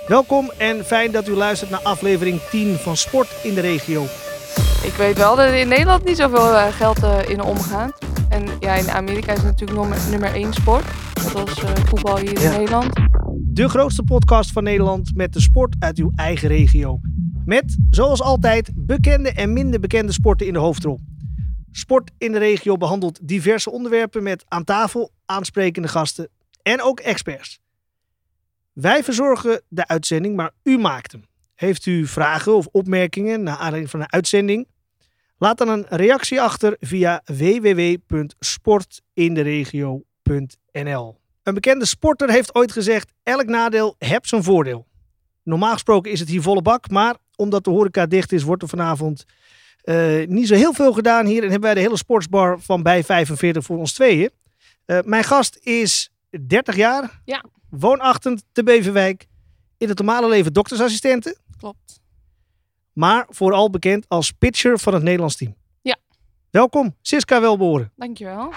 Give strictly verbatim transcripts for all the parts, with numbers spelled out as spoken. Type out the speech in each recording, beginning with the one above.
Welkom en fijn dat u luistert naar aflevering tien van Sport in de Regio. Ik weet wel dat er in Nederland niet zoveel uh, geld uh, in omgaat. En ja, in Amerika is het natuurlijk nummer, nummer één sport. Net als uh, voetbal hier ja. in Nederland. De grootste podcast van Nederland met de sport uit uw eigen regio. Met, zoals altijd, bekende en minder bekende sporten in de hoofdrol. Sport in de Regio behandelt diverse onderwerpen met aan tafel aansprekende gasten en ook experts. Wij verzorgen de uitzending, maar u maakt hem. Heeft u vragen of opmerkingen naar aanleiding van de uitzending? Laat dan een reactie achter via w w w punt sport in de regio punt n l. Een bekende sporter heeft ooit gezegd: elk nadeel heeft zijn voordeel. Normaal gesproken is het hier volle bak, maar omdat de horeca dicht is, wordt er vanavond uh, niet zo heel veel gedaan hier. En hebben wij de hele sportsbar van bij vijfenveertig voor ons tweeën. Uh, mijn gast is dertig jaar, ja. Woonachtend te Beverwijk, in het normale leven doktersassistente. Klopt. Maar vooral bekend als pitcher van het Nederlands team. Ja. Welkom, Siska Welboren. Dankjewel.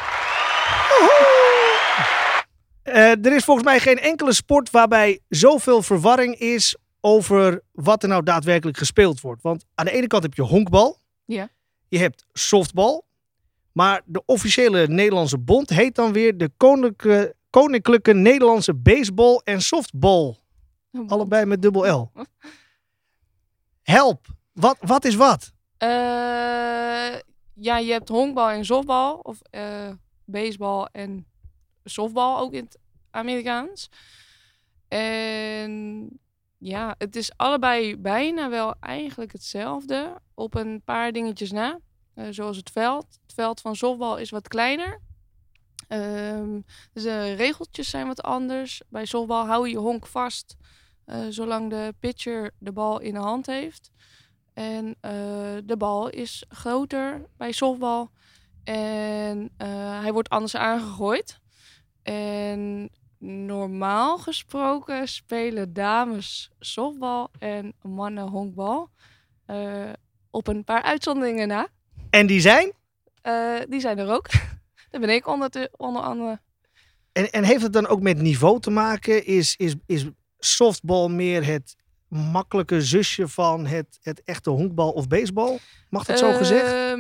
Uh, er is volgens mij geen enkele sport waarbij zoveel verwarring is over wat er nou daadwerkelijk gespeeld wordt. Want aan de ene kant heb je honkbal. Ja. Je hebt softbal. Maar de officiële Nederlandse bond heet dan weer de Koninklijke, Koninklijke Nederlandse Baseball en Softball. Allebei met dubbel L. Help. Wat, wat is wat? Uh, ja, je hebt honkbal en softbal. Of uh, baseball en softbal ook in het Amerikaans. En ja, het is allebei bijna wel eigenlijk hetzelfde. Op een paar dingetjes na. Uh, zoals het veld. Het veld van softbal is wat kleiner. Um, dus de regeltjes zijn wat anders. Bij softbal hou je je honk vast uh, zolang de pitcher de bal in de hand heeft. En uh, de bal is groter bij softbal. En uh, hij wordt anders aangegooid. En normaal gesproken spelen dames softbal en mannen honkbal. Uh, op een paar uitzonderingen na. En die zijn? Uh, die zijn er ook. Daar ben ik onder, te, onder andere. En, en heeft het dan ook met niveau te maken? Is, is, is softbal meer het makkelijke zusje van het, het echte honkbal of baseball? Mag dat uh, zo gezegd?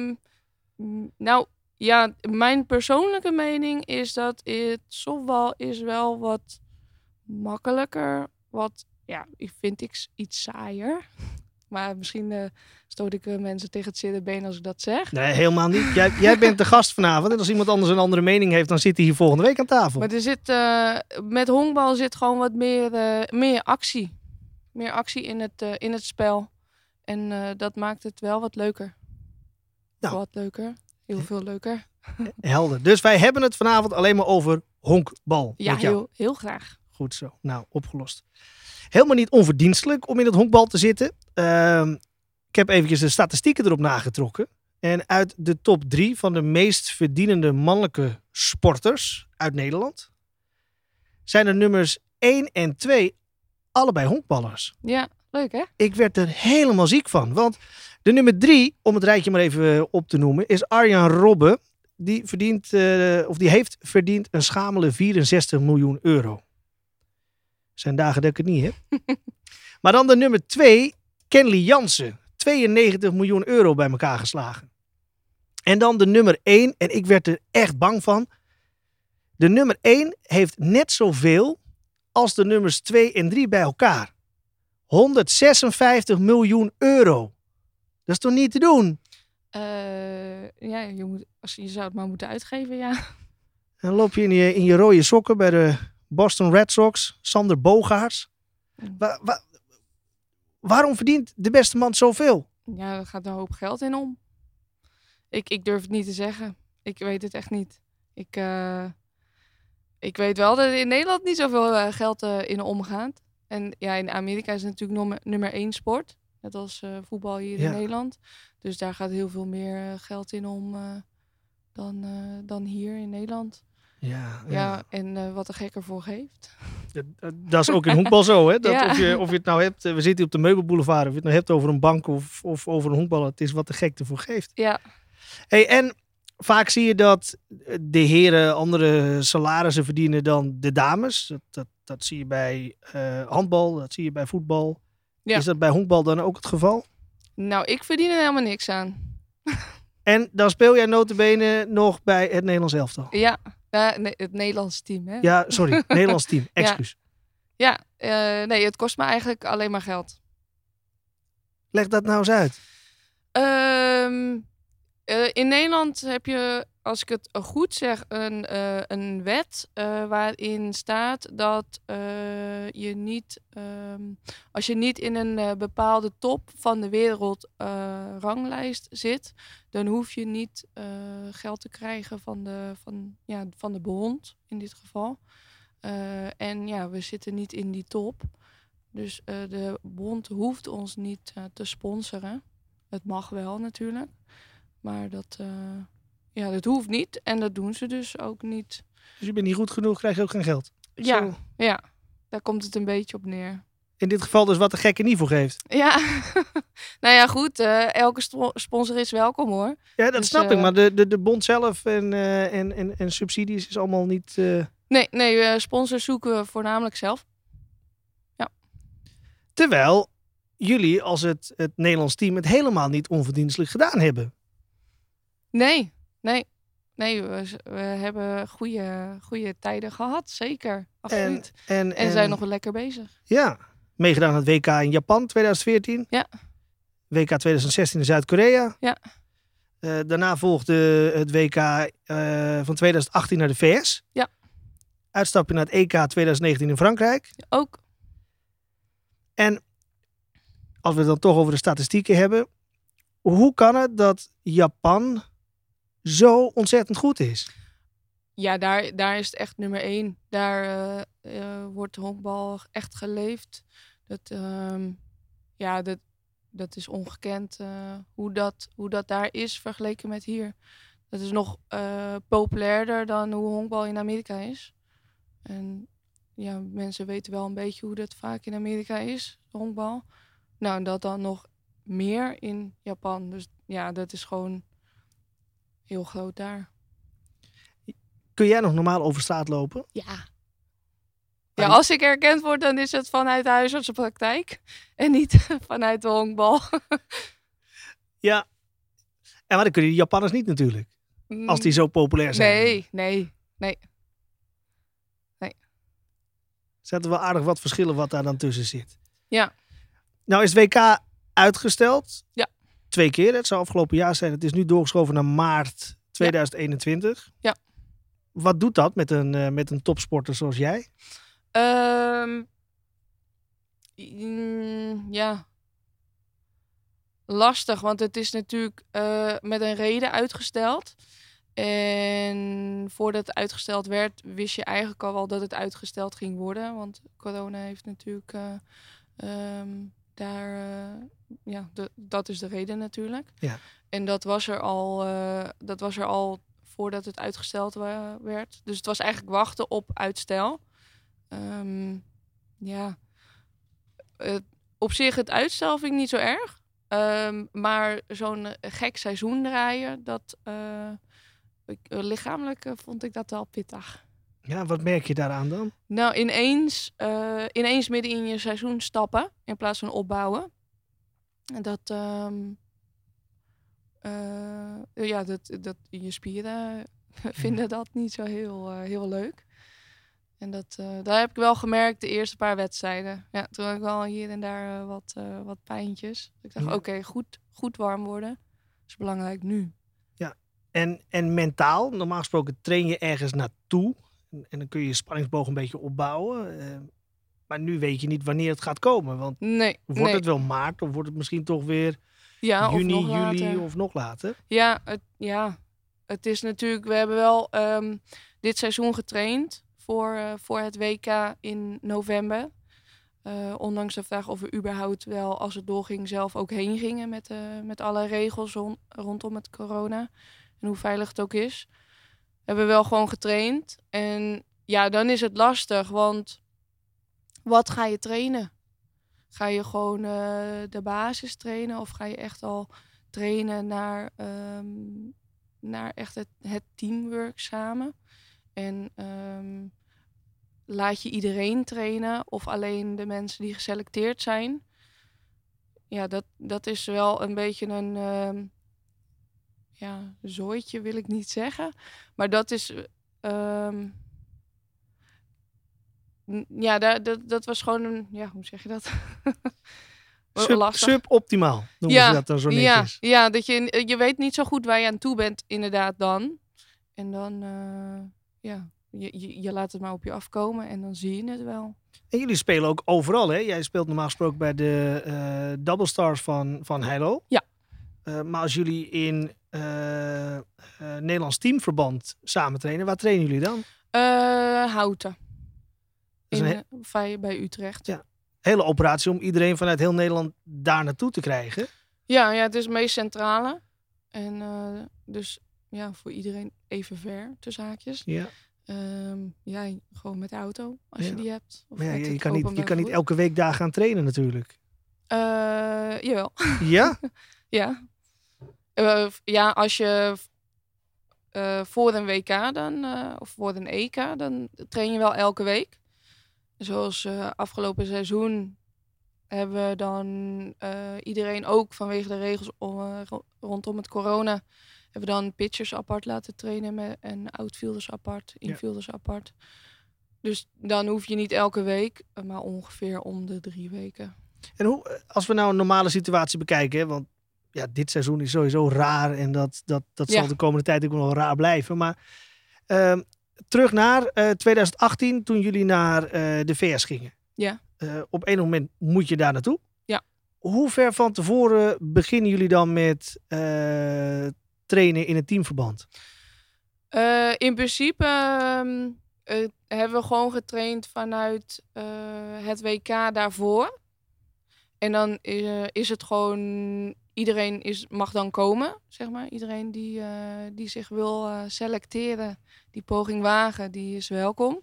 Nou, ja, mijn persoonlijke mening is dat het softbal is wel wat makkelijker. Wat, ja, vind ik iets saaier. Maar misschien uh, stoot ik uh, mensen tegen het zere been als ik dat zeg. Nee, helemaal niet. Jij, jij bent de gast vanavond. En als iemand anders een andere mening heeft, dan zit hij hier volgende week aan tafel. Maar er zit, uh, met honkbal zit gewoon wat meer, uh, meer actie. Meer actie in het, uh, in het spel. En uh, dat maakt het wel wat leuker. Nou. Wat leuker. Heel veel leuker. Helder. Dus wij hebben het vanavond alleen maar over honkbal. Ja, heel, heel graag. Goed zo. Nou, opgelost. Helemaal niet onverdienstelijk om in het honkbal te zitten. Uh, ik heb eventjes de statistieken erop nagetrokken. En uit de top drie van de meest verdienende mannelijke sporters uit Nederland zijn er nummers één en twee allebei honkballers. Ja, leuk hè? Ik werd er helemaal ziek van. Want de nummer drie, om het rijtje maar even op te noemen, is Arjan Robben. Die verdient, uh, of die heeft verdiend een schamele vierenzestig miljoen euro. Zijn dagen dat ik het niet heb. Maar dan de nummer twee, Kenley Jansen. tweeënnegentig miljoen euro bij elkaar geslagen. En dan de nummer één, en ik werd er echt bang van. De nummer één heeft net zoveel als de nummers twee en drie bij elkaar. honderdzesenvijftig miljoen euro. Dat is toch niet te doen? Uh, ja, je, moet, als je zou het maar moeten uitgeven, ja. Dan loop je in je, in je rode sokken bij de Boston Red Sox, Sander Bogaerts. Wa- wa- waarom verdient de beste man zoveel? Ja, er gaat een hoop geld in om. Ik, ik durf het niet te zeggen. Ik weet het echt niet. Ik, uh, ik weet wel dat er in Nederland niet zoveel uh, geld uh, in omgaat. En ja, in Amerika is het natuurlijk nummer, nummer één sport. Net als uh, voetbal hier ja. in Nederland. Dus daar gaat heel veel meer uh, geld in om uh, dan, uh, dan hier in Nederland. Ja, ja. ja en uh, wat de gek ervoor geeft. Dat, dat is ook in honkbal zo, hè? Dat ja. of, je, of je het nou hebt, we zitten op de Meubelboulevard, of je het nou hebt over een bank of, of over een honkbal, het is wat de gek ervoor geeft. Ja. Hey, en vaak zie je dat de heren andere salarissen verdienen dan de dames. Dat, dat, dat zie je bij uh, handbal, dat zie je bij voetbal. Ja. Is dat bij honkbal dan ook het geval? Nou, ik verdien er helemaal niks aan. En dan speel jij nota bene nog bij het Nederlands elftal? Ja, uh, nee, het Nederlands team. Hè? Ja, sorry, Nederlands team, excuus. Ja, ja uh, nee, het kost me eigenlijk alleen maar geld. Leg dat nou eens uit. Um, uh, in Nederland heb je, als ik het goed zeg, een, uh, een wet uh, waarin staat dat uh, je niet, um, als je niet in een uh, bepaalde top van de wereld uh, ranglijst zit, dan hoef je niet uh, geld te krijgen van de, van, ja, van de bond in dit geval. Uh, en ja, we zitten niet in die top. Dus uh, de bond hoeft ons niet uh, te sponsoren. Het mag wel natuurlijk. Maar dat, uh, ja, dat hoeft niet. En dat doen ze dus ook niet. Dus je bent niet goed genoeg, krijg je ook geen geld? Ja, Zo. ja, daar komt het een beetje op neer. In dit geval dus wat de gekke niet voor geeft. Ja, nou ja goed. Uh, elke sto- sponsor is welkom hoor. Ja, dat dus, snap uh, ik. Maar de, de, de bond zelf en, uh, en, en, en subsidies is allemaal niet... Uh... Nee, nee uh, sponsors zoeken we voornamelijk zelf. Ja. Terwijl jullie als het, het Nederlands team het helemaal niet onverdienstelijk gedaan hebben. Nee, nee. Nee, we, we hebben goede, goede tijden gehad, zeker. Absoluut. En, en, en, en zijn nog wel lekker bezig. Ja, meegedaan aan het W K in Japan twintig veertien. Ja. W K twintig zestien in Zuid-Korea. Ja. Uh, daarna volgde het W K uh, van twintig achttien naar de V S. Ja. Uitstapje naar het E K twintig negentien in Frankrijk. Ook. En als we het dan toch over de statistieken hebben. Hoe kan het dat Japan zo ontzettend goed is? Ja, daar, daar is het echt nummer één. Daar uh, uh, wordt honkbal echt geleefd. Dat, uh, ja, dat, dat is ongekend uh, hoe, dat, hoe dat daar is vergeleken met hier. Dat is nog uh, populairder dan hoe honkbal in Amerika is. En ja, mensen weten wel een beetje hoe dat vaak in Amerika is, honkbal. Nou, en dat dan nog meer in Japan. Dus ja, dat is gewoon heel groot daar. Kun jij nog normaal over straat lopen? Ja. Ja, als ik herkend word, dan is het vanuit de huisartsenpraktijk. En niet vanuit de honkbal. Ja. En maar dan kunnen die Japanners niet natuurlijk. Als die zo populair zijn. Nee, nee, nee. Nee. Zetten wel aardig wat verschillen wat daar dan tussen zit. Ja. Nou is het W K uitgesteld. Ja. Twee keer. Het zou afgelopen jaar zijn. Het is nu doorgeschoven naar maart twintig eenentwintig. Ja. Wat doet dat met een, uh, met een topsporter zoals jij? Um, mm, ja. Lastig, want het is natuurlijk uh, met een reden uitgesteld. En voordat het uitgesteld werd, wist je eigenlijk al wel dat het uitgesteld ging worden. Want corona heeft natuurlijk uh, um, daar... Uh, ja, de, dat is de reden natuurlijk. Ja. En dat was er al, uh, dat was er al voordat het uitgesteld wa- werd. Dus het was eigenlijk wachten op uitstel. Um, ja, uh, op zich het uitstel vind ik niet zo erg. Um, maar zo'n uh, gek seizoen draaien, dat uh, ik, uh, lichamelijk uh, vond ik dat wel pittig. Ja, wat merk je daaraan dan? Nou, ineens, uh, ineens midden in je seizoen stappen in plaats van opbouwen. En dat, um, uh, ja, dat, dat je spieren vinden dat niet zo heel, uh, heel leuk. En dat, uh, daar heb ik wel gemerkt de eerste paar wedstrijden. Ja, toen had ik wel hier en daar uh, wat, uh, wat pijntjes. Ik dacht, ja. oké, okay, goed, goed warm worden. Dat is belangrijk nu. Ja, en, en mentaal? Normaal gesproken train je ergens naartoe. En, en dan kun je je spanningsboog een beetje opbouwen. Uh, maar nu weet je niet wanneer het gaat komen. Want nee, wordt nee. het wel maart of wordt het misschien toch weer ja, juni, of juli later. of nog later? Ja het, ja, het is natuurlijk... We hebben wel um, dit seizoen getraind voor, uh, voor het W K in november. Uh, ondanks de vraag of we überhaupt wel, als het doorging, zelf ook heen gingen met, uh, met alle regels ron- rondom het corona. En hoe veilig het ook is. Hebben we wel gewoon getraind. En ja, dan is het lastig, want wat ga je trainen? Ga je gewoon uh, de basis trainen of ga je echt al trainen naar, um, naar echt het, het teamwork samen? En um, laat je iedereen trainen of alleen de mensen die geselecteerd zijn? Ja, dat, dat is wel een beetje een uh, ja, zooitje, wil ik niet zeggen. Maar dat is... Uh, ja, dat, dat, dat was gewoon een... Ja, hoe zeg je dat? Sub, suboptimaal noemen ja, ze dat dan zo netjes. Ja, ja, dat je, je weet niet zo goed waar je aan toe bent inderdaad dan. En dan, uh, ja, je, je, je laat het maar op je afkomen en dan zie je het wel. En jullie spelen ook overal, hè? Jij speelt normaal gesproken bij de uh, Double Stars van, van Heilo. Ja. Uh, maar als jullie in uh, uh, Nederlands teamverband samen trainen, waar trainen jullie dan? Uh, Houten. In, he- uh, bij Utrecht. Ja. Hele operatie om iedereen vanuit heel Nederland daar naartoe te krijgen. Ja, ja, het is het meest centrale. En uh, dus ja, voor iedereen even ver, tussen haakjes. Ja. Um, ja, gewoon met de auto, als ja. je die hebt. Of ja, met je het kan, niet, je kan niet elke week daar gaan trainen natuurlijk. Uh, jawel. Ja? ja. Uh, ja, als je uh, voor een W K dan, uh, of voor een E K, dan train je wel elke week. Zoals uh, afgelopen seizoen hebben we dan uh, iedereen ook vanwege de regels om, uh, rondom het corona... hebben we dan pitchers apart laten trainen met, en outfielders apart, infielders ja. apart. Dus dan hoef je niet elke week, maar ongeveer om de drie weken. En hoe, als we nou een normale situatie bekijken, hè, want ja, dit seizoen is sowieso raar en dat, dat, dat zal ja. de komende tijd ook wel raar blijven. Maar uh, terug naar uh, twintig achttien, toen jullie naar uh, de V S gingen. Ja. Uh, op een moment moet je daar naartoe. Ja. Hoe ver van tevoren beginnen jullie dan met uh, trainen in een teamverband? Uh, in principe uh, uh, hebben we gewoon getraind vanuit uh, het W K daarvoor. En dan uh, is het gewoon... Iedereen is, mag dan komen, zeg maar. Iedereen die, uh, die zich wil uh, selecteren, die poging wagen, die is welkom.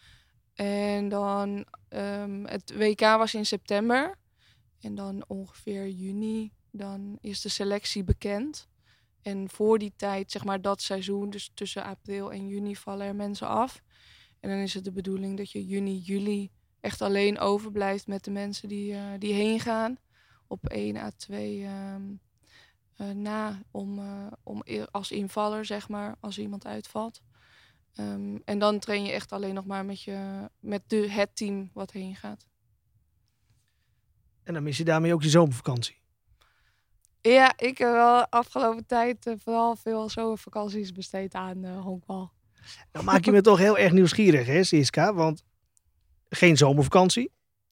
En dan... Um, het W K was in september. En dan ongeveer juni, dan is de selectie bekend. En voor die tijd, zeg maar dat seizoen, dus tussen april en juni vallen er mensen af. En dan is het de bedoeling dat je juni, juli echt alleen overblijft met de mensen die, uh, die heen gaan. Op één à twee um, uh, na, om, uh, om als invaller, zeg maar, als iemand uitvalt. Um, en dan train je echt alleen nog maar met, je, met de, het team wat heen gaat. En dan mis je daarmee ook je zomervakantie? Ja, ik heb wel afgelopen tijd uh, vooral veel zomervakanties besteed aan uh, honkbal. Dan maak je me toch heel erg nieuwsgierig, hè, Siska? Want geen zomervakantie.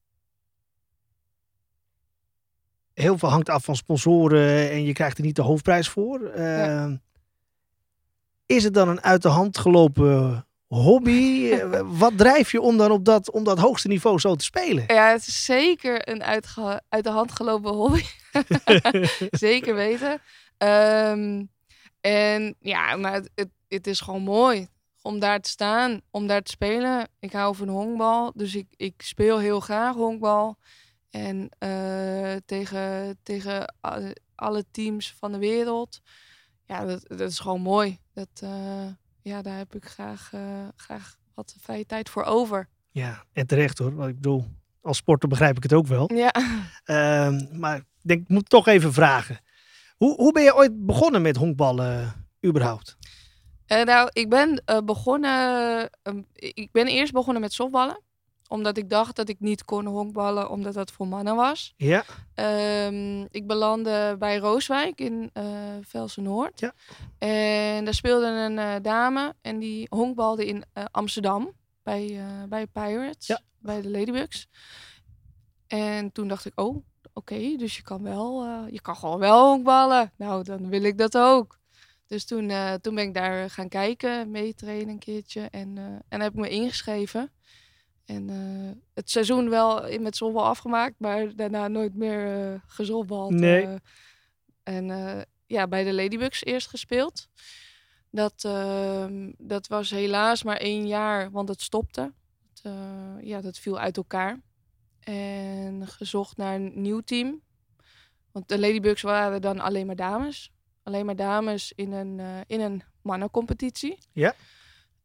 Heel veel hangt af van sponsoren en je krijgt er niet de hoofdprijs voor. Uh, ja. Is het dan een uit de hand gelopen hobby? Wat drijf je om dan op dat, om dat hoogste niveau zo te spelen? Ja, het is zeker een uitge- uit de hand gelopen hobby. Zeker weten. Um, en ja, maar het, het, het is gewoon mooi om daar te staan, om daar te spelen. Ik hou van honkbal, dus ik, ik speel heel graag honkbal. En uh, tegen, tegen alle teams van de wereld. Ja, dat, dat is gewoon mooi. Dat, uh, ja, daar heb ik graag, uh, graag wat vrije tijd voor over. Ja, en terecht hoor. Want ik bedoel, als sporter begrijp ik het ook wel. Ja. Uh, maar ik denk, ik moet toch even vragen. Hoe, hoe ben je ooit begonnen met honkballen uh, überhaupt? Uh, nou, ik ben uh, begonnen... Uh, ik ben eerst begonnen met softballen. Omdat ik dacht dat ik niet kon honkballen, omdat dat voor mannen was. Ja. Um, ik belandde bij Rooswijk in uh, Velsen-Noord. Ja. En daar speelde een uh, dame en die honkbalde in uh, Amsterdam. Bij, uh, bij Pirates, ja. bij de Ladybugs. En toen dacht ik, oh, oké, okay, dus je kan wel, uh, je kan gewoon wel honkballen. Nou, dan wil ik dat ook. Dus toen, uh, toen ben ik daar gaan kijken, meetrainen een keertje. En, uh, en heb ik me ingeschreven. En uh, het seizoen wel met softbal afgemaakt, maar daarna nooit meer uh, gesoftbald. Nee. Uh, en uh, ja, bij de Ladybugs eerst gespeeld. Dat, uh, dat was helaas maar één jaar, want het stopte. Het, uh, ja, dat viel uit elkaar. En gezocht naar een nieuw team. Want de Ladybugs waren dan alleen maar dames. Alleen maar dames in een, uh, in een mannencompetitie. Ja.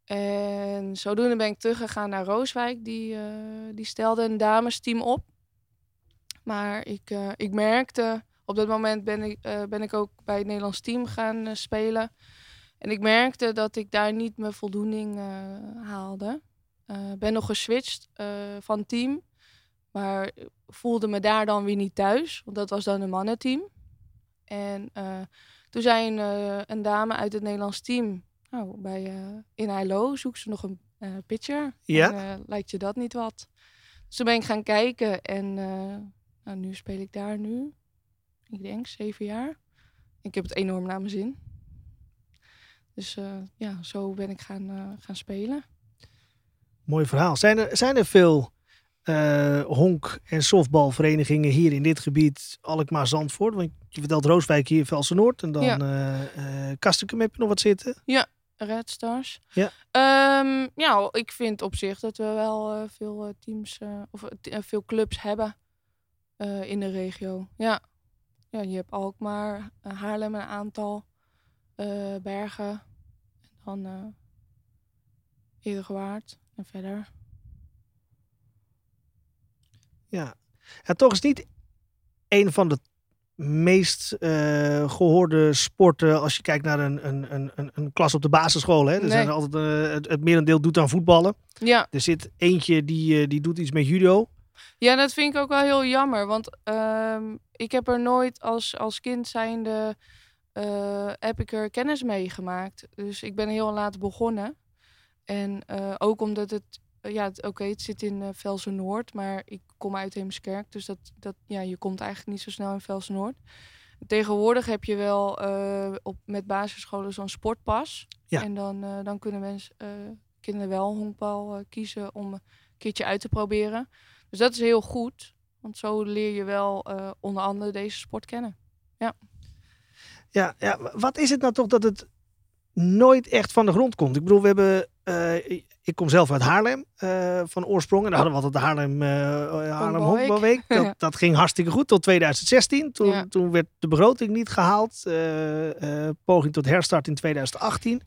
En zodoende ben ik teruggegaan naar Rooswijk. Die, uh, die stelde een damesteam op. Maar ik, uh, ik merkte... Op dat moment ben ik, uh, ben ik ook bij het Nederlands team gaan uh, spelen. En ik merkte dat ik daar niet mijn voldoening uh, haalde. Ik uh, ben nog geswitcht uh, van team. Maar voelde me daar dan weer niet thuis. Want dat was dan een mannenteam. En uh, toen zei een, uh, een dame uit het Nederlands team... Nou, bij, uh, in Heilo zoekt ze nog een uh, pitcher. Ja. En, uh, lijkt je dat niet wat? Dus toen ben ik gaan kijken. En uh, nou, nu speel ik daar nu. Ik denk zeven jaar. Ik heb het enorm naar mijn zin. Dus uh, ja, zo ben ik gaan, uh, gaan spelen. Mooi verhaal. Zijn er, zijn er veel uh, honk- en softbalverenigingen hier in dit gebied, Alkmaar, Zandvoort? Want je vertelt Rooswijk hier, Velsen-Noord. En dan ja. uh, uh, Castricum heb je nog wat zitten. Ja, Red Stars. Ja, um, ja ik vind op zich dat we wel uh, veel uh, teams uh, of uh, veel clubs hebben uh, in de regio. Ja. Ja, je hebt Alkmaar, uh, Haarlem een aantal, uh, Bergen en dan uh, Heerdegewaard en verder. Ja. ja, toch is niet een van de meest uh, gehoorde sporten als je kijkt naar een, een, een, een klas op de basisschool. Hè? Er nee. zijn er altijd uh, het, het merendeel doet aan voetballen. Ja. Er zit eentje die, uh, die doet iets met judo. Ja, dat vind ik ook wel heel jammer. Want uh, ik heb er nooit als, als kind zijnde uh, heb ik er kennis mee gemaakt. Dus ik ben heel laat begonnen. En uh, ook omdat het, uh, ja, oké, okay, het zit in uh, Velsen-Noord, maar ik kom uit Heemskerk. Dus dat, dat, ja, je komt eigenlijk niet zo snel in Velsen-Noord. Tegenwoordig heb je wel uh, op, met basisscholen zo'n sportpas. Ja. En dan, uh, dan kunnen mensen, uh, kinderen wel honkbal uh, kiezen om een keertje uit te proberen. Dus dat is heel goed, want zo leer je wel uh, onder andere deze sport kennen. Ja. Ja, ja, wat is het nou toch dat het nooit echt van de grond komt? Ik bedoel, we hebben, uh, ik kom zelf uit Haarlem uh, van oorsprong. En daar hadden we altijd de Haarlem, uh, Haarlem Honkbalweek. Dat, dat ging hartstikke goed tot tweeduizend zestien. Toen, ja. toen werd de begroting niet gehaald. Uh, uh, poging tot herstart in tweeduizend achttien.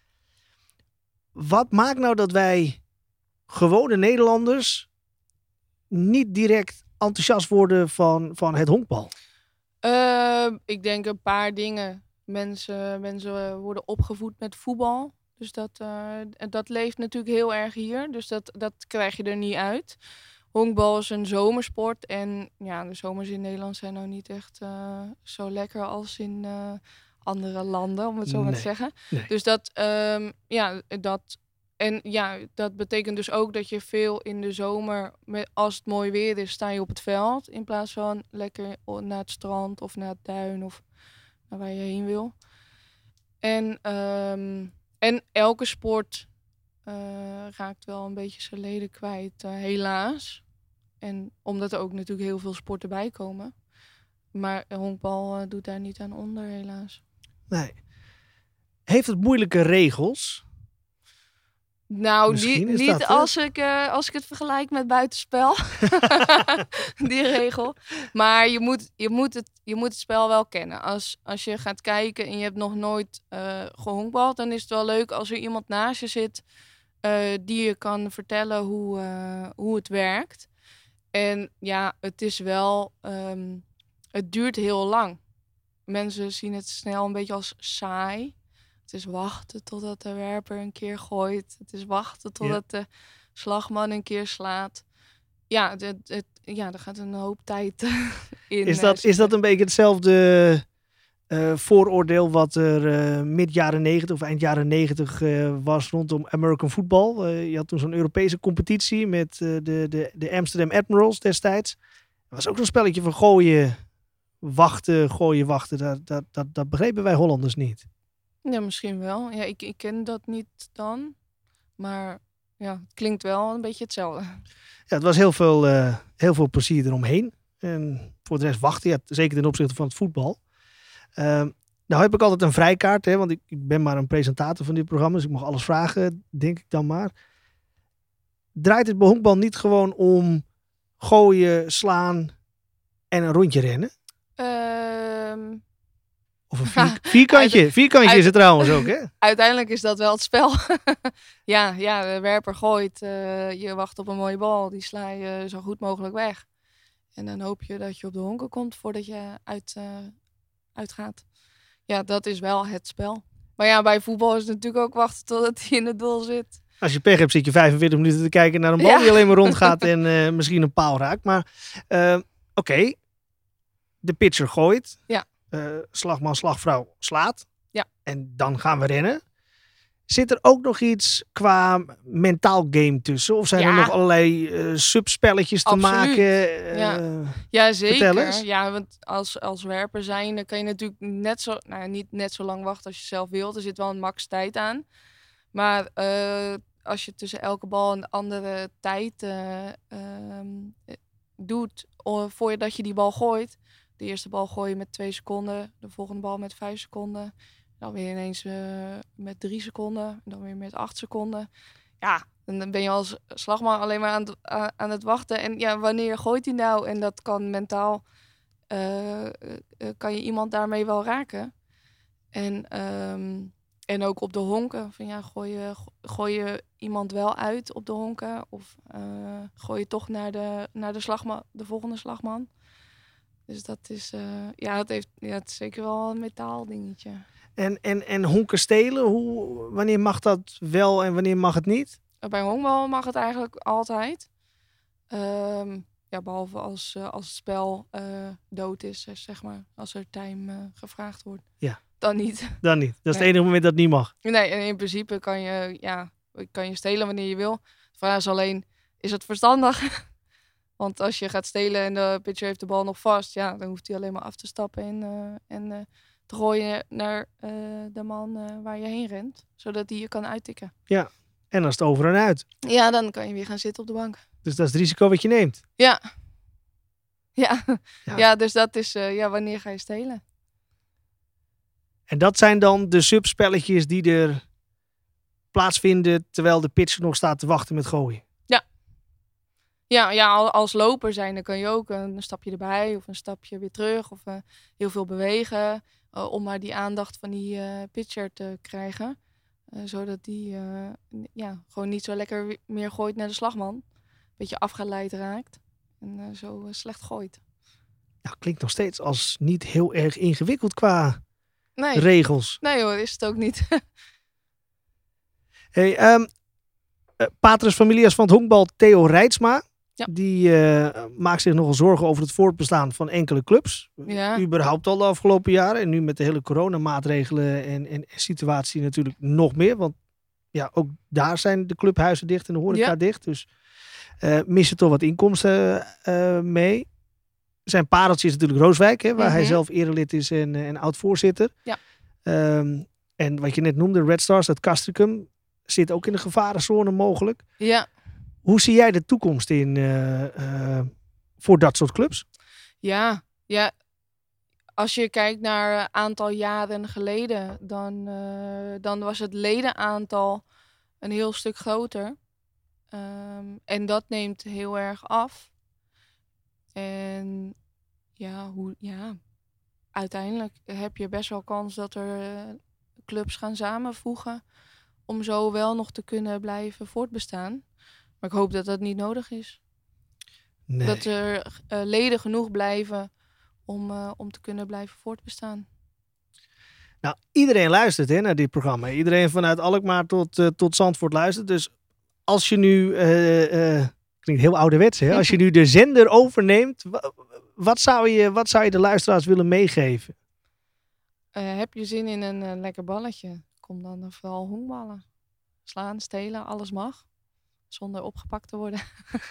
Wat maakt nou dat wij gewone Nederlanders niet direct enthousiast worden van, van het honkbal? Uh, ik denk een paar dingen. Mensen, mensen worden opgevoed met voetbal. Dus dat, uh, dat leeft natuurlijk heel erg hier. Dus dat, dat krijg je er niet uit. Honkbal is een zomersport. En ja, de zomers in Nederland zijn nou niet echt uh, zo lekker als in uh, andere landen, om het zo nee, maar te zeggen. Nee. Dus dat, um, ja, dat... En ja, dat betekent dus ook dat je veel in de zomer, met, als het mooi weer is, sta je op het veld. In plaats van lekker naar het strand of naar het duin of naar waar je heen wil. En, um, en elke sport uh, raakt wel een beetje zijn leden kwijt, uh, helaas. En omdat er ook natuurlijk heel veel sporten bij komen. Maar honkbal uh, doet daar niet aan onder, helaas. Nee. Heeft het moeilijke regels? Nou, die, niet dat, als, ik, uh, als ik het vergelijk met buitenspel. Die regel. Maar je moet, je, moet het, je moet het spel wel kennen. Als, als je gaat kijken en je hebt nog nooit uh, gehonkbald, dan is het wel leuk als er iemand naast je zit uh, die je kan vertellen hoe, uh, hoe het werkt. En ja, het is wel... Um, het duurt heel lang. Mensen zien het snel een beetje als saai. Het is wachten totdat de werper een keer gooit. Het is wachten totdat ja. de slagman een keer slaat. Ja, het, het, het, ja er gaat een hoop tijd in. Is dat, is dat een beetje hetzelfde uh, vooroordeel wat er uh, mid jaren negentig of eind jaren negentig uh, was rondom American football? Uh, je had toen zo'n Europese competitie met uh, de, de, de Amsterdam Admirals destijds. Er was ook zo'n spelletje van gooien, wachten, gooien, wachten. Dat, dat, dat, dat begrepen wij Hollanders niet. Ja, misschien wel. Ja, ik, ik ken dat niet dan. Maar ja, het klinkt wel een beetje hetzelfde. Ja, het was heel veel, uh, heel veel plezier eromheen. En voor de rest wachten, ja, zeker ten opzichte van het voetbal. Uh, nou heb ik altijd een vrijkaart, hè, want ik, ik ben maar een presentator van dit programma. Dus ik mag alles vragen, denk ik dan maar. Draait het bij honkbal niet gewoon om gooien, slaan en een rondje rennen? Um... Of een vier, vierkantje. Vierkantje uit, is het trouwens ook, hè? Uiteindelijk is dat wel het spel. ja, ja, de werper gooit. Uh, je wacht op een mooie bal. Die sla je zo goed mogelijk weg. En dan hoop je dat je op de honken komt voordat je uit, uh, uitgaat. Ja, dat is wel het spel. Maar ja, bij voetbal is het natuurlijk ook wachten totdat hij in het doel zit. Als je pech hebt, zit je vijfenveertig minuten te kijken naar een bal ja. die alleen maar rondgaat en uh, misschien een paal raakt. Maar uh, oké, okay. de pitcher gooit. Ja. Uh, slagman, slagvrouw slaat. Ja. En dan gaan we rennen. Zit er ook nog iets qua mentaal game tussen? Of zijn ja. er nog allerlei uh, subspelletjes te Absoluut. maken? Uh, ja. ja, zeker. Ja, want als, als werper zijn, dan kan je natuurlijk net zo, nou, niet net zo lang wachten als je zelf wilt. Er zit wel een max tijd aan. Maar uh, als je tussen elke bal een andere tijd uh, um, doet, voor je dat je die bal gooit. De eerste bal gooi je met twee seconden, de volgende bal met vijf seconden. Dan weer ineens uh, met drie seconden, dan weer met acht seconden. Ja, dan ben je als slagman alleen maar aan, uh, aan het wachten. En ja, wanneer gooit hij nou? En dat kan mentaal, uh, uh, kan je iemand daarmee wel raken. En, um, en ook op de honken. Van ja, gooi je, gooi je iemand wel uit op de honken? Of uh, gooi je toch naar de, naar de, slagman, de volgende slagman? Dus dat is, uh, ja, het heeft, ja, het is zeker wel een metaal dingetje. En, en, en honken stelen, hoe, wanneer mag dat wel en wanneer mag het niet? Bij honkbal mag het eigenlijk altijd. Um, ja, behalve als, uh, als het spel uh, dood is, zeg maar. Als er time uh, gevraagd wordt. Ja. Dan niet. Dan niet. Dat is nee. het enige moment dat het niet mag. Nee, en in principe kan je, ja, kan je stelen wanneer je wil. De vraag is alleen, is het verstandig? Want als je gaat stelen en de pitcher heeft de bal nog vast, ja, dan hoeft hij alleen maar af te stappen en, uh, en uh, te gooien naar uh, de man uh, waar je heen rent. Zodat hij je kan uittikken. Ja, en als het over en uit. Ja, dan kan je weer gaan zitten op de bank. Dus dat is het risico wat je neemt. Ja. Ja, ja. ja dus dat is, uh, ja, wanneer ga je stelen? En dat zijn dan de subspelletjes die er plaatsvinden terwijl de pitcher nog staat te wachten met gooien. Ja, ja, als loper zijn, dan kan je ook een stapje erbij of een stapje weer terug. Of uh, heel veel bewegen uh, om maar die aandacht van die uh, pitcher te krijgen. Uh, zodat die uh, ja, gewoon niet zo lekker meer gooit naar de slagman. Een beetje afgeleid raakt en uh, zo uh, slecht gooit. Nou, klinkt nog steeds als niet heel erg ingewikkeld qua nee. regels. Nee hoor, is het ook niet. hey, um, uh, Patres familias van het honkbal Theo Reitsma. Ja. Die uh, maakt zich nogal zorgen over het voortbestaan van enkele clubs. Ja. Überhaupt al de afgelopen jaren. En nu met de hele coronamaatregelen en, en, en situatie natuurlijk nog meer. Want ja, ook daar zijn de clubhuizen dicht en de horeca ja. dicht. Dus uh, missen toch wat inkomsten uh, mee. Zijn pareltje is natuurlijk Rooswijk, hè, waar mm-hmm. hij zelf erelid is en, en oud-voorzitter. Ja. Um, en wat je net noemde, Red Stars uit Castricum, zit ook in de gevarenzone mogelijk. Ja. Hoe zie jij de toekomst in uh, uh, voor dat soort clubs? Ja, ja, als je kijkt naar een aantal jaren geleden, dan, uh, dan was het ledenaantal een heel stuk groter. Um, en dat neemt heel erg af. En ja, hoe, ja, uiteindelijk heb je best wel kans dat er uh, clubs gaan samenvoegen om zo wel nog te kunnen blijven voortbestaan. Maar ik hoop dat dat niet nodig is. Nee. Dat er uh, leden genoeg blijven om, uh, om te kunnen blijven voortbestaan. Nou, iedereen luistert hè, naar dit programma. Iedereen vanuit Alkmaar tot, uh, tot Zandvoort luistert. Dus als je nu, uh, uh, klinkt heel ouderwets hè, als je nu de zender overneemt, wat zou je, wat zou je de luisteraars willen meegeven? Uh, heb je zin in een uh, lekker balletje? Kom dan uh, vooral honkballen. Slaan, stelen, alles mag. Zonder opgepakt te worden.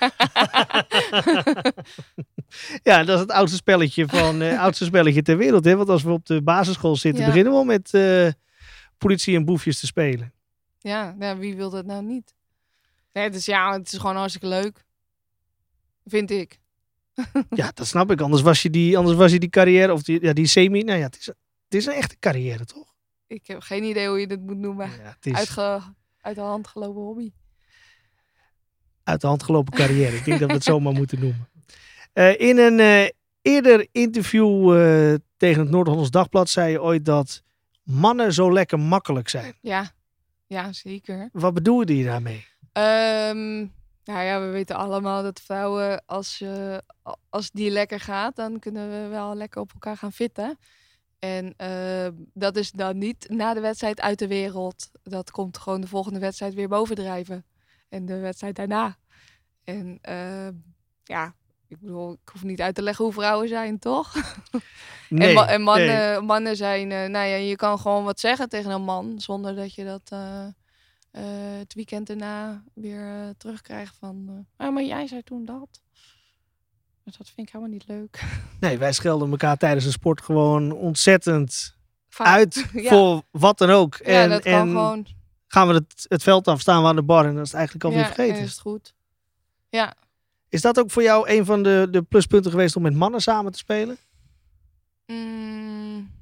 Ja, dat is het oudste spelletje van uh, oudste spelletje ter wereld. Hè? Want als we op de basisschool zitten, ja. beginnen we al met uh, politie en boefjes te spelen. Ja, ja, wie wil dat nou niet? Nee, dus ja, het is gewoon hartstikke leuk. Vind ik. Ja, dat snap ik. Anders was je die, anders was je die carrière, of die, ja, die semi. Nou ja, het is, het is een echte carrière, toch? Ik heb geen idee hoe je dit moet noemen. Ja, het is... Uitge, uit de hand gelopen hobby. Uit de hand gelopen carrière. Ik denk dat we het zo maar moeten noemen. Uh, in, een, uh, eerder interview uh, tegen het Noord-Hollands Dagblad zei je ooit dat mannen zo lekker makkelijk zijn. Ja, ja zeker. Wat bedoelde je daarmee? Um, nou ja, we weten allemaal dat vrouwen, als, uh, als die lekker gaat, dan kunnen we wel lekker op elkaar gaan fitten. En uh, dat is dan niet na de wedstrijd uit de wereld. Dat komt gewoon de volgende wedstrijd weer bovendrijven. En de wedstrijd daarna. En uh, ja, ik bedoel, ik hoef niet uit te leggen hoe vrouwen zijn, toch? Nee, en, ma- en mannen, nee. mannen zijn, uh, nou ja, je kan gewoon wat zeggen tegen een man, zonder dat je dat uh, uh, het weekend daarna weer uh, terugkrijgt van, uh, ah, maar jij zei toen dat. Dus dat vind ik helemaal niet leuk. Nee, wij schelden elkaar tijdens de sport gewoon ontzettend Vaak, uit ja. voor wat dan ook. Ja, en dat kan en gewoon. gaan we het, het veld af, staan we aan de bar en dan is het eigenlijk alweer Ja, vergeten. en is het goed. Ja. Is dat ook voor jou een van de, de pluspunten geweest om met mannen samen te spelen? Mm.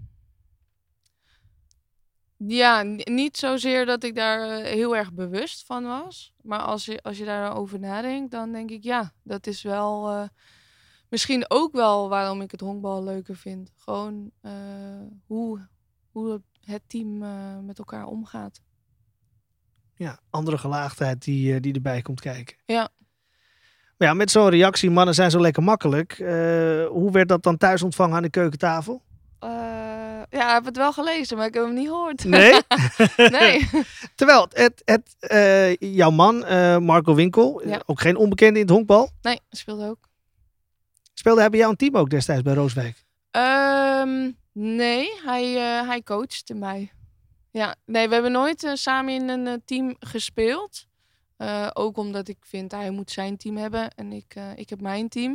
Ja, n- niet zozeer dat ik daar uh, heel erg bewust van was. Maar als je, als je daarover nadenkt, dan denk ik ja, dat is wel uh, misschien ook wel waarom ik het honkbal leuker vind. Gewoon uh, hoe, hoe het team uh, met elkaar omgaat. Ja, andere gelaagdheid die, uh, die erbij komt kijken. Ja. Maar ja, met zo'n reactie, mannen zijn zo lekker makkelijk. Uh, hoe werd dat dan thuis ontvangen aan de keukentafel? Uh, ja, ik heb het wel gelezen, maar ik heb hem niet gehoord. Nee? Nee. Terwijl het, het, uh, jouw man, uh, Marco Winkel, Ja. ook geen onbekende in het honkbal. Nee, speelde ook. Speelde hij bij jou een team ook destijds bij Rooswijk? Um, nee, hij, uh, hij coachte mij. Ja, nee, we hebben nooit uh, samen in een uh, team gespeeld. Uh, ook omdat ik vind, hij moet zijn team hebben en ik, uh, ik heb mijn team.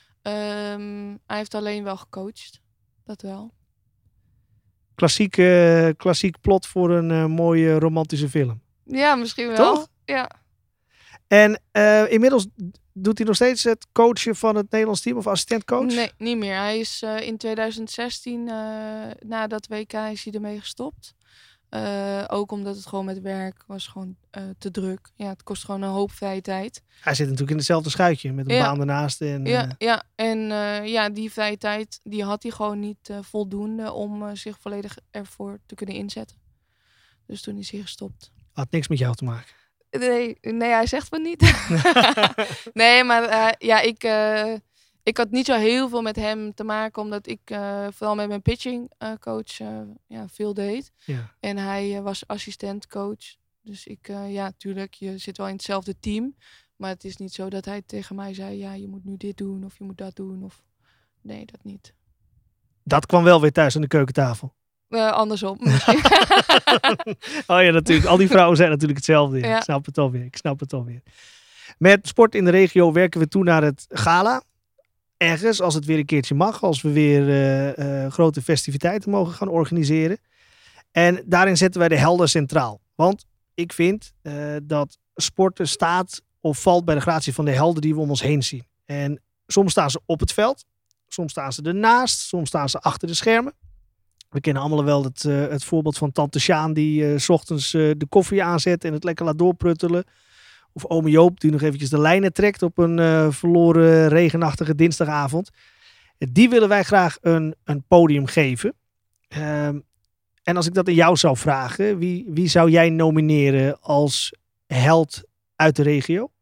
Um, hij heeft alleen wel gecoacht. Dat wel. Klassiek, uh, klassiek plot voor een uh, mooie romantische film. Ja, misschien wel. Toch? Ja. En uh, inmiddels doet hij nog steeds het coachen van het Nederlands team of assistentcoach? Nee, niet meer. Hij is uh, in twintig zestien, uh, na dat W K, is hij ermee gestopt. Uh, ook omdat het gewoon met werk was gewoon uh, te druk. Ja, het kost gewoon een hoop vrije tijd. Hij zit natuurlijk in hetzelfde schuitje met een ja. baan ernaast. En, ja, uh... ja, en uh, ja, die vrije tijd die had hij gewoon niet uh, voldoende om uh, zich volledig ervoor te kunnen inzetten. Dus toen is hij gestopt. Had niks met jou te maken? Nee, nee hij zegt van niet. nee, maar uh, ja, ik, uh, ik had niet zo heel veel met hem te maken, omdat ik uh, vooral met mijn pitching uh, coach uh, ja, veel deed. Ja. En hij uh, was assistentcoach. Dus ik, uh, ja, tuurlijk, je zit wel in hetzelfde team. Maar het is niet zo dat hij tegen mij zei, ja, je moet nu dit doen of je moet dat doen. Of... Nee, dat niet. Dat kwam wel weer thuis aan de keukentafel. Uh, andersom. Oh ja, natuurlijk. Al die vrouwen zijn natuurlijk hetzelfde. Ja. Ja. Ik snap het alweer. Ik snap het alweer. Met sport in de regio werken we toe naar het gala. Ergens, als het weer een keertje mag. Als we weer uh, uh, grote festiviteiten mogen gaan organiseren. En daarin zetten wij de helden centraal. Want ik vind uh, dat sporten staat of valt bij de gratie van de helden die we om ons heen zien. En soms staan ze op het veld. Soms staan ze ernaast. Soms staan ze achter de schermen. We kennen allemaal wel het, uh, het voorbeeld van tante Sjaan die uh, 's ochtends uh, de koffie aanzet en het lekker laat doorpruttelen. Of ome Joop die nog eventjes de lijnen trekt op een uh, verloren regenachtige dinsdagavond. Die willen wij graag een, een podium geven. Uh, en als ik dat aan jou zou vragen, wie, wie zou jij nomineren als held uit de regio?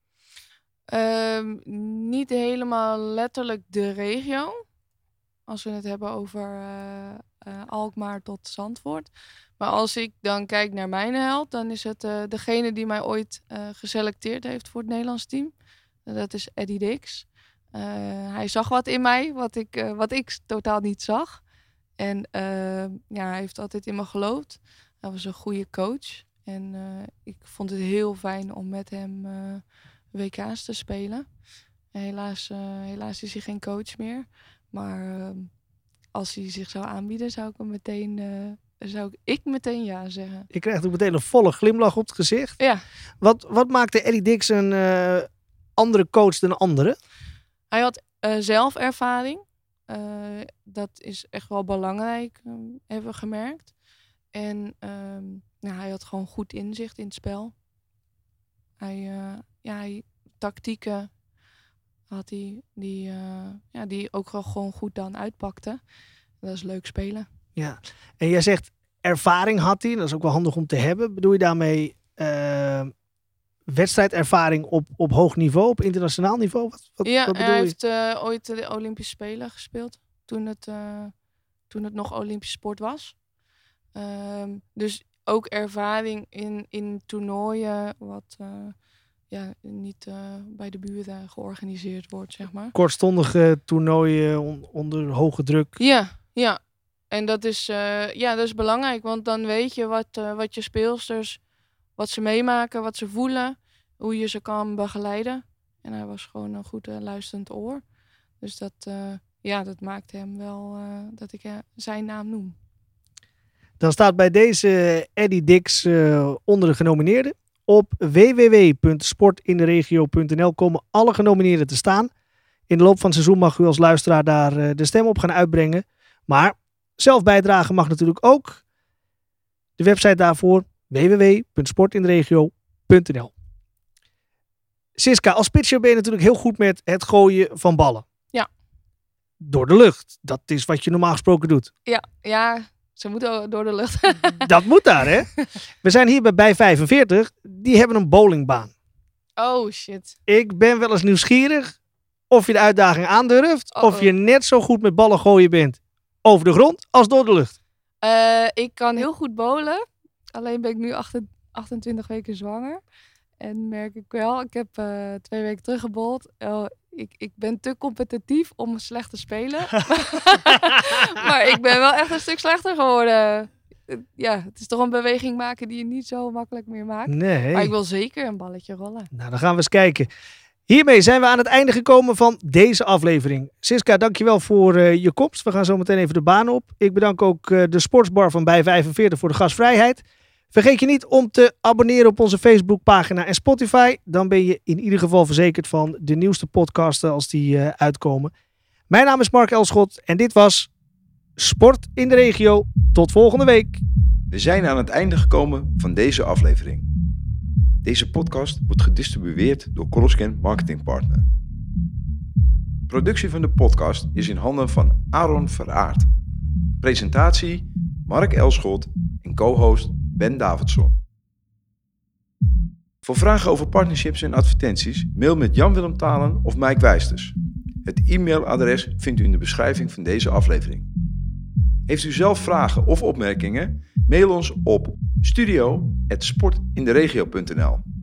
Um, niet helemaal letterlijk de regio. Als we het hebben over uh, uh, Alkmaar tot Zandvoort. Maar als ik dan kijk naar mijn held, dan is het uh, degene die mij ooit uh, geselecteerd heeft voor het Nederlands team. Uh, dat is Eddie Dix. Uh, hij zag wat in mij, wat ik, uh, wat ik totaal niet zag. En uh, ja, hij heeft altijd in me geloofd. Hij was een goede coach. En uh, ik vond het heel fijn om met hem uh, W K's te spelen. En helaas, uh, helaas is hij geen coach meer. Maar uh, als hij zich zou aanbieden, zou ik hem meteen, uh, zou ik, ik meteen ja zeggen. Je krijgt ook meteen een volle glimlach op het gezicht. Ja. Wat, wat maakte Eddie Dix een uh, andere coach dan anderen? Hij had uh, zelfervaring. Uh, dat is echt wel belangrijk, uh, hebben we gemerkt. En uh, nou, hij had gewoon goed inzicht in het spel. Hij, uh, ja, hij, tactieken had hij, die, uh, ja, die ook wel gewoon goed dan uitpakte. Dat is leuk spelen. Ja, en jij zegt ervaring had hij. Dat is ook wel handig om te hebben. Bedoel je daarmee uh, wedstrijdervaring op, op hoog niveau, op internationaal niveau? Wat, wat, ja, wat bedoel hij je? heeft uh, ooit de Olympische Spelen gespeeld. Toen het, uh, toen het nog Olympische sport was. Um, dus ook ervaring in, in toernooien wat uh, ja, niet uh, bij de buren georganiseerd wordt, zeg maar. Kortstondige toernooien on, onder hoge druk. Ja, ja. En dat is, uh, ja, dat is belangrijk, want dan weet je wat, uh, wat je speelsters, wat ze meemaken, wat ze voelen, hoe je ze kan begeleiden. En hij was gewoon een goed uh, luisterend oor. Dus dat, uh, ja, dat maakt hem wel uh, dat ik uh, zijn naam noem. Dan staat bij deze Eddie Dix uh, onder de genomineerden. Op w w w punt sport in de regio punt n l komen alle genomineerden te staan. In de loop van het seizoen mag u als luisteraar daar uh, de stem op gaan uitbrengen. Maar zelf bijdragen mag natuurlijk ook. De website daarvoor w w w punt sport in de regio punt n l. Siska, als pitcher ben je natuurlijk heel goed met het gooien van ballen. Ja. Door de lucht. Dat is wat je normaal gesproken doet. Ja, ja. Ze moeten door de lucht. Dat moet daar, hè? We zijn hier bij Bij vijfenveertig. Die hebben een bowlingbaan. Oh, shit. Ik ben wel eens nieuwsgierig of je de uitdaging aandurft. Uh-oh. Of je net zo goed met ballen gooien bent over de grond als door de lucht. Uh, ik kan heel goed bowlen. Alleen ben ik nu achtentwintig weken zwanger. En merk ik wel, ik heb uh, twee weken teruggebowld. Uh, ik, ik ben te competitief om slecht te spelen. Maar ik ben wel echt een stuk slechter geworden. Uh, ja, het is toch een beweging maken die je niet zo makkelijk meer maakt. Nee. Maar ik wil zeker een balletje rollen. Nou, dan gaan we eens kijken. Hiermee zijn we aan het einde gekomen van deze aflevering. Siska, dankjewel voor uh, je komst. We gaan zo meteen even de baan op. Ik bedank ook uh, de Sportsbar van Bij vijfenveertig voor de gastvrijheid. Vergeet je niet om te abonneren op onze Facebookpagina en Spotify. Dan ben je in ieder geval verzekerd van de nieuwste podcasten als die uh, uitkomen. Mijn naam is Mark Elschot en dit was Sport in de Regio. Tot volgende week. We zijn aan het einde gekomen van deze aflevering. Deze podcast wordt gedistribueerd door Coroscan Marketing Partner. Productie van de podcast is in handen van Aaron Veraert. Presentatie Mark Elschot en co-host Ben Davidson. Voor vragen over partnerships en advertenties, mail met Jan-Willem Talen of Mike Wijsters. Het e-mailadres vindt u in de beschrijving van deze aflevering. Heeft u zelf vragen of opmerkingen? Mail ons op studio apenstaartje sport in de regio punt n l.